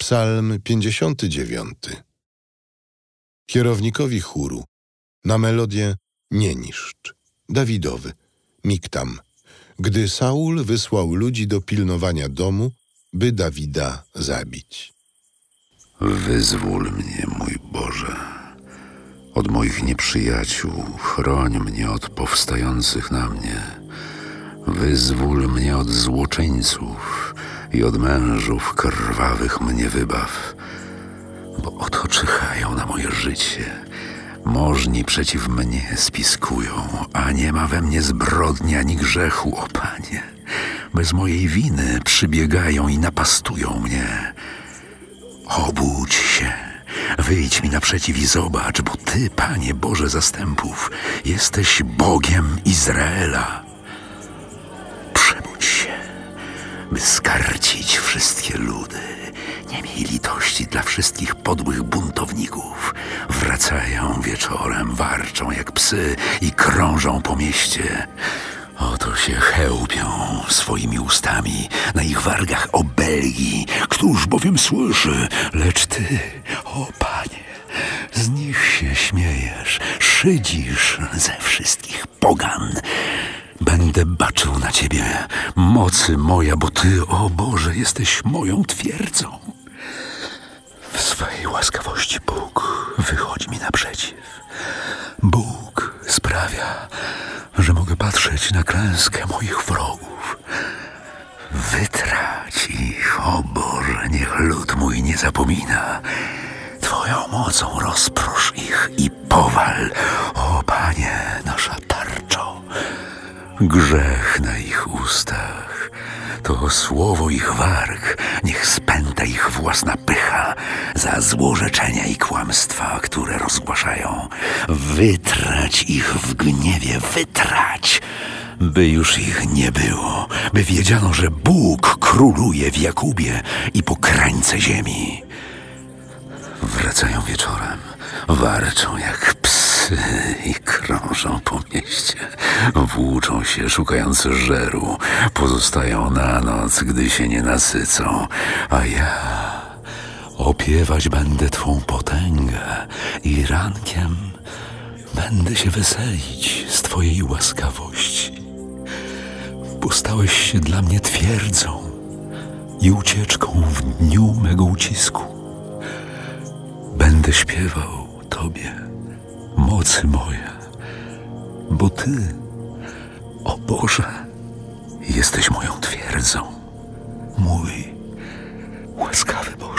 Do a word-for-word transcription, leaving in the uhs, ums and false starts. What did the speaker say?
Psalm pięćdziesiąty dziewiąty. Kierownikowi chóru na melodię Nie niszcz. Dawidowy, Miktam. Gdy Saul wysłał ludzi do pilnowania domu, by Dawida zabić. Wyzwól mnie, mój Boże, od moich nieprzyjaciół, chroń mnie od powstających na mnie. Wyzwól mnie od złoczyńców i od mężów krwawych mnie wybaw, bo oto czyhają na moje życie. Możni przeciw mnie spiskują, a nie ma we mnie zbrodni ani grzechu, o Panie. Bez mojej winy przybiegają i napastują mnie. Obudź się, wyjdź mi naprzeciw i zobacz, bo Ty, Panie Boże zastępów, jesteś Bogiem Izraela. Przebudź się, by skarcić wszystkie ludy. Nie miej litości dla wszystkich podłych buntowników. Wracają wieczorem, warczą jak psy i krążą po mieście. Oto się chełpią swoimi ustami, na ich wargach obelgi. Któż bowiem słyszy, lecz Ty, o Panie, z nich się śmiejesz, szydzisz ze wszystkich pogan. Będę baczył na Ciebie, mocy moja, bo Ty, o Boże, jesteś moją twierdzą. W swej łaskawości Bóg wychodzi mi naprzeciw. Bóg sprawia, że mogę patrzeć na klęskę moich wrogów. Wytrać ich, o Boże, niech lud mój nie zapomina. Twoją mocą rozprosz ich i powal, o Panie, nasza tarczo. Grzech na ich ustach, to słowo ich warg, niech spęta ich własna pycha za złorzeczenia i kłamstwa, które rozgłaszają. Wytrać ich w gniewie, wytrać, by już ich nie było, by wiedziano, że Bóg króluje w Jakubie i po krańce ziemi. Wracają wieczorem, warczą jak psy i krążą po mieście. Włóczą się, szukając żeru, pozostają na noc, gdy się nie nasycą. A ja opiewać będę Twą potęgę i rankiem będę się weselić z Twojej łaskawości. Bo stałeś się dla mnie twierdzą i ucieczką w dniu mego ucisku. Będę śpiewał Tobie, mocy moja, bo Ty, o Boże, jesteś moją twierdzą, mój łaskawy Boże.